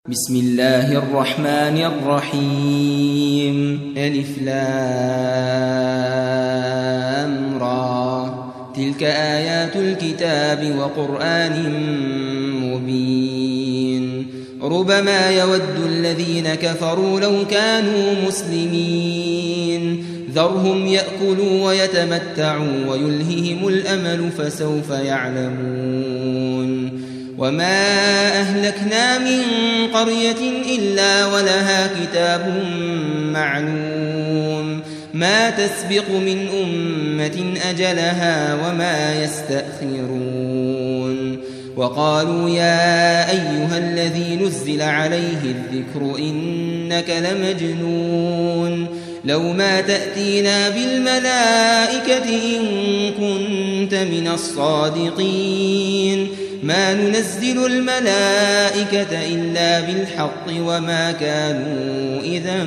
بسم الله الرحمن الرحيم ألف لام را تلك آيات الكتاب وقرآن مبين ربما يود الذين كفروا لو كانوا مسلمين ذرهم يأكلوا ويتمتعوا ويلههم الأمل فسوف يعلمون وما أهلكنا من قرية إلا ولها كتاب معلوم ما تسبق من أمة أجلها وما يستأخرون وقالوا يا أيها الذي نزل عليه الذكر إنك لمجنون لو ما تأتينا بالملائكة إن كنت من الصادقين ما ننزل الملائكة إلا بالحق وما كانوا إذا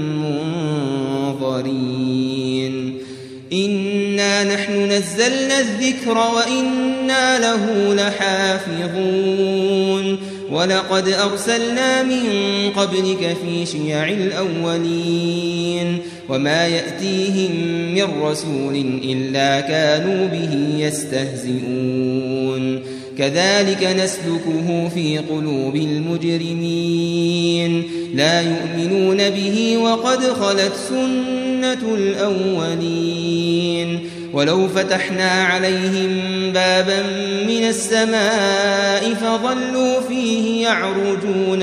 منظرين إنا نحن نزلنا الذكر وإنا له لحافظون ولقد أرسلنا من قبلك في شيع الأولين وما يأتيهم من رسول إلا كانوا به يستهزئون كذلك نسلكه في قلوب المجرمين لا يؤمنون به وقد خلت سنة الأولين ولو فتحنا عليهم بابا من السماء فظلوا فيه يعرجون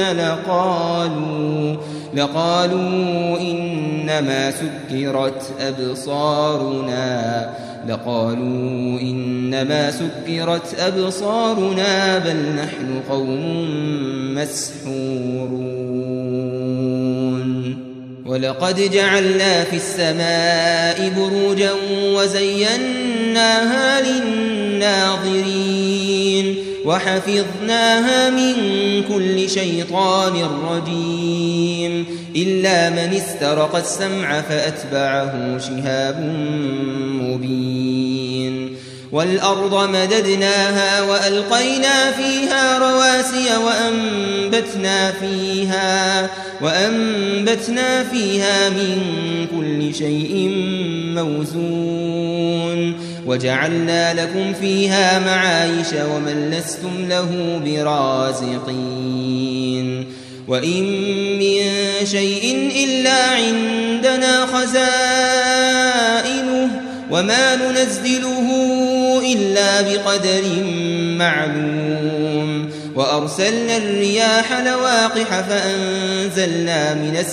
لقالوا إنما سكرت أبصارنا بل نحن قوم مسحورون ولقد جعلنا في السماء بروجا وزيناها للناظرين وحفظناها من كل شيطان رجيم إلا من استرق السمع فأتبعه شهاب مبين والأرض مددناها وألقينا فيها رواسي وأنبتنا فيها من كل شيء موزون وجعلنا لكم فيها معايش ومن لستم له برازقين وإن من شيء إلا عندنا خزائنه وما ننزله إلا بقدر معلوم وأرسلنا الرياح لواقح فأنزلنا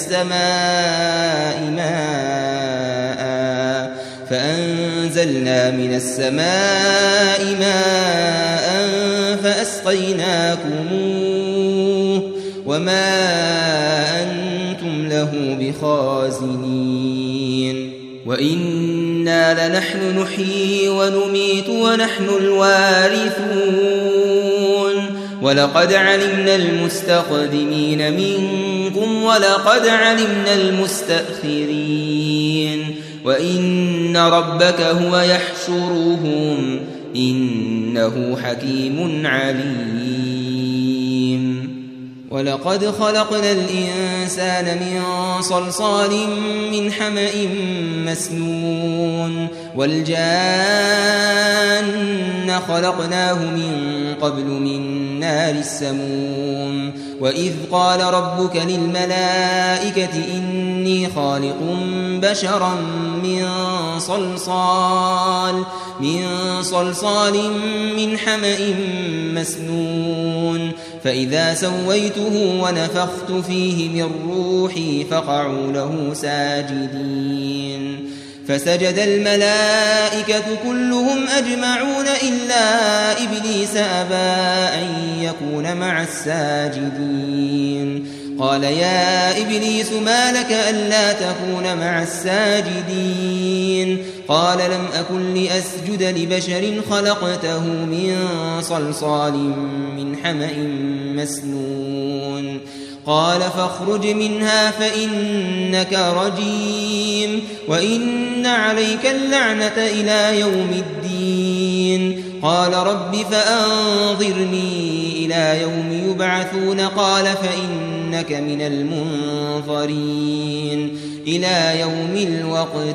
من السماء ماء فأسقيناكموه وما أنتم له بخازنين وإنا لنحن نحيي ونميت ونحن الوارثون ولقد علمنا المستقدمين منكم ولقد علمنا المستأخرين وإن ربك هو يحشرهم إنه حكيم عليم ولقد خلقنا الإنسان من صلصال من حمأ مسنون والجان خلقناه من قبل من نار السموم وإذ قال ربك للملائكة إني خالق بشرا من صلصال من حمأ مسنون فإذا سويته ونفخت فيه من روحي فقعوا له ساجدين فسجد الملائكة كلهم أجمعون إلا إبليس أبى أن يكون مع الساجدين قال يا إبليس ما لك ألا تكون مع الساجدين قال لم أكن لأسجد لبشر خلقته من صلصال من حمأ مسنون قال فاخرج منها فإنك رجيم وإن عليك اللعنة إلى يوم الدين قال رب فأنظرني إلى يوم يبعثون قال فإنك من المنظرين إلى يوم الوقت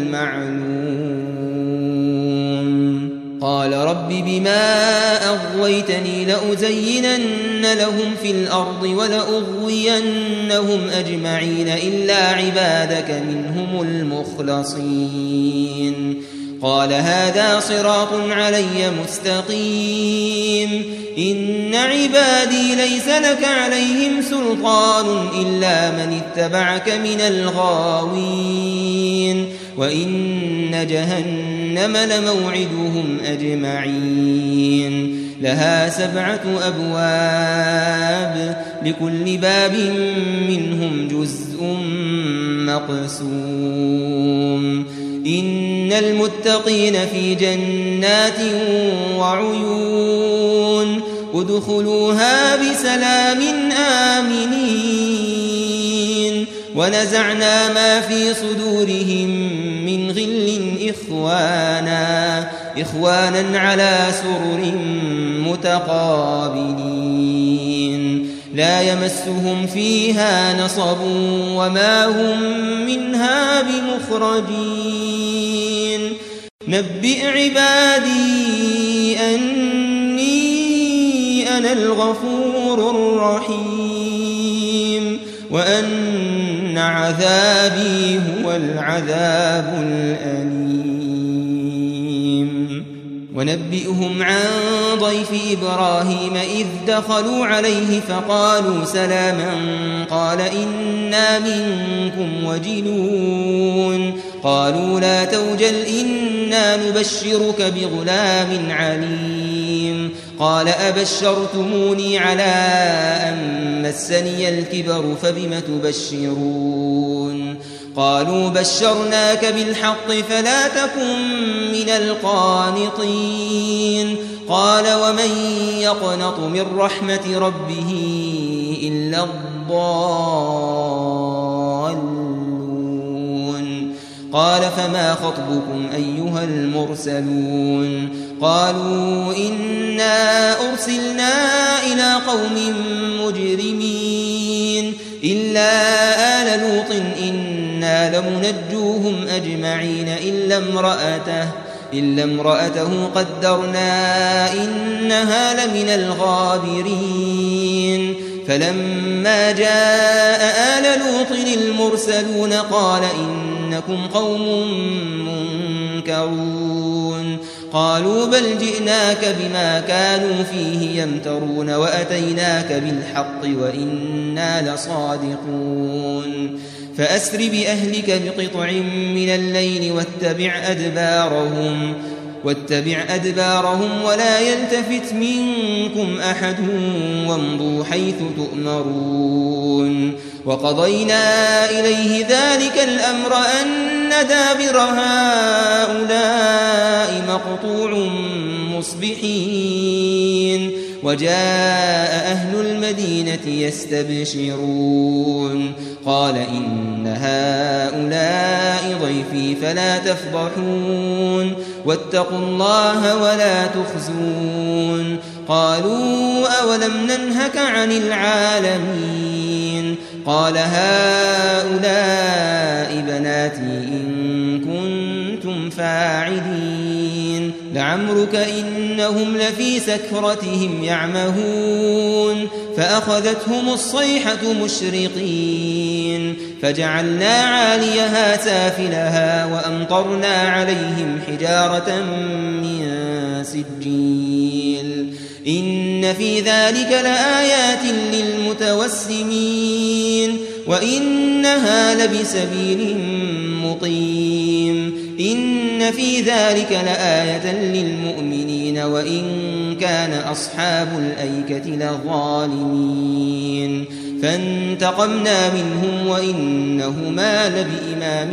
المعلوم قال رب بما أغويتني لأزينن لهم في الأرض ولأغوينهم أجمعين إلا عبادك منهم المخلصين قال هذا صراط علي مستقيم إن عبادي ليس لك عليهم سلطان إلا من اتبعك من الغاوين وإن جهنم لموعدهم أجمعين لها 7 أبواب لكل باب منهم جزء مقسوم إن المتقين في جنات وعيون ادخلوها بسلام آمنين ونزعنا ما في صدورهم من غل إخوانا على سرر متقابلين لا يمسهم فيها نصب وما هم منها بمخرجين نبئ عبادي أني أنا الغفور الرحيم وأن عذابي هو العذاب الأليم ونبئهم عن ضيف إبراهيم إذ دخلوا عليه فقالوا سلاما قال إنا منكم وجلون قالوا لا توجل إنا نبشرك بغلام عليم قال أبشرتموني على أن مسني الكبر فبم تبشرون قالوا بشرناك بالحق فلا تكن من القانطين قال ومن يقنط من رحمة ربه إلا الضالون قال فما خطبكم أيها المرسلون قالوا إنا أرسلنا إلى قوم مجرمين إلا آل لوط إنا لمنجوهم أجمعين إلا امرأته قدرنا إنها لمن الغابرين فلما جاء آل لوط المرسلون قال إنكم قوم منكرون قالوا بل جئناك بما كانوا فيه يمترون وأتيناك بالحق وإنا لصادقون فأسر بأهلك بقطع من الليل واتبع أدبارهم ولا يلتفت منكم أحد وامضوا حيث تؤمرون وقضينا إليه ذلك الأمر أن دابر هؤلاء مقطوع مصبحين وجاء أهل المدينة يستبشرون قال إن هؤلاء ضيفي فلا تفضحون واتقوا الله ولا تخزون قالوا أولم ننهك عن العالمين قال هؤلاء بناتي إن كنتم فاعلين لعمرك إنهم لفي سكرتهم يعمهون فأخذتهم الصيحة مشرقين فجعلنا عاليها سافلها وأمطرنا عليهم حجارة من سجيل إن في ذلك لآيات للمتوسمين وإنها لبسبيل مقيم إن في ذلك لآية للمؤمنين وإن كان أصحاب الأيكة لظالمين فانتقمنا منهم وإنهما لبإمام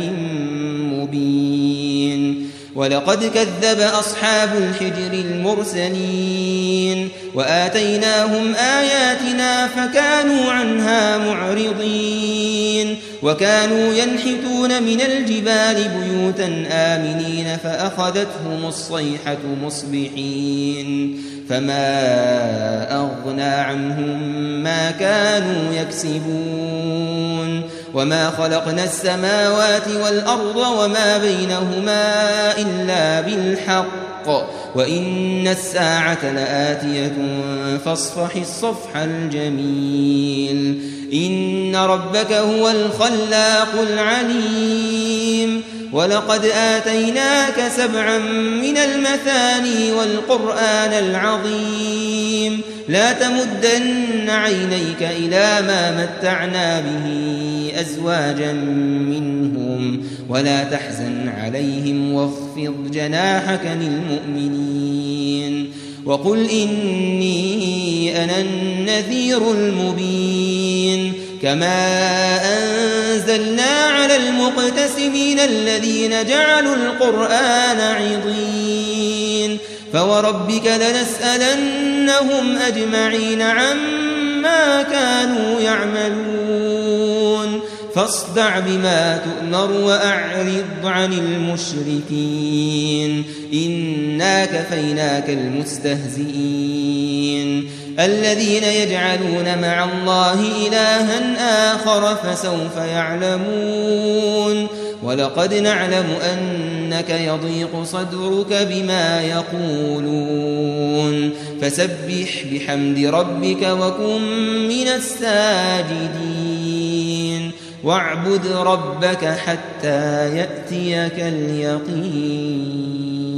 مبين ولقد كذب أصحاب الحجر المرسلين وآتيناهم آياتنا فكانوا عنها معرضين وكانوا ينحتون من الجبال بيوتا آمنين فأخذتهم الصيحة مصبحين فما أغنى عنهم ما كانوا يكسبون وما خلقنا السماوات والأرض وما بينهما إلا بالحق وإن الساعة لآتية فاصفح الصفح الجميل إن ربك هو الخلاق العليم ولقد آتيناك 7 من المثاني والقرآن العظيم لا تمدن عينيك إلى ما متعنا به أزواجا منهم ولا تحزن عليهم واخفض جناحك للمؤمنين وقل إني أنا النذير المبين كما أنزلنا على المقتسمين الذين جعلوا القرآن عضين فوربك لنسألنهم أجمعين عما كانوا يعملون فاصدع بما تؤمر وأعرض عن المشركين إنا كفيناك المستهزئين الذين يجعلون مع الله إلها آخر فسوف يعلمون ولقد نعلم أنك يضيق صدرك بما يقولون فسبح بحمد ربك وكن من الساجدين واعبد ربك حتى يأتيك اليقين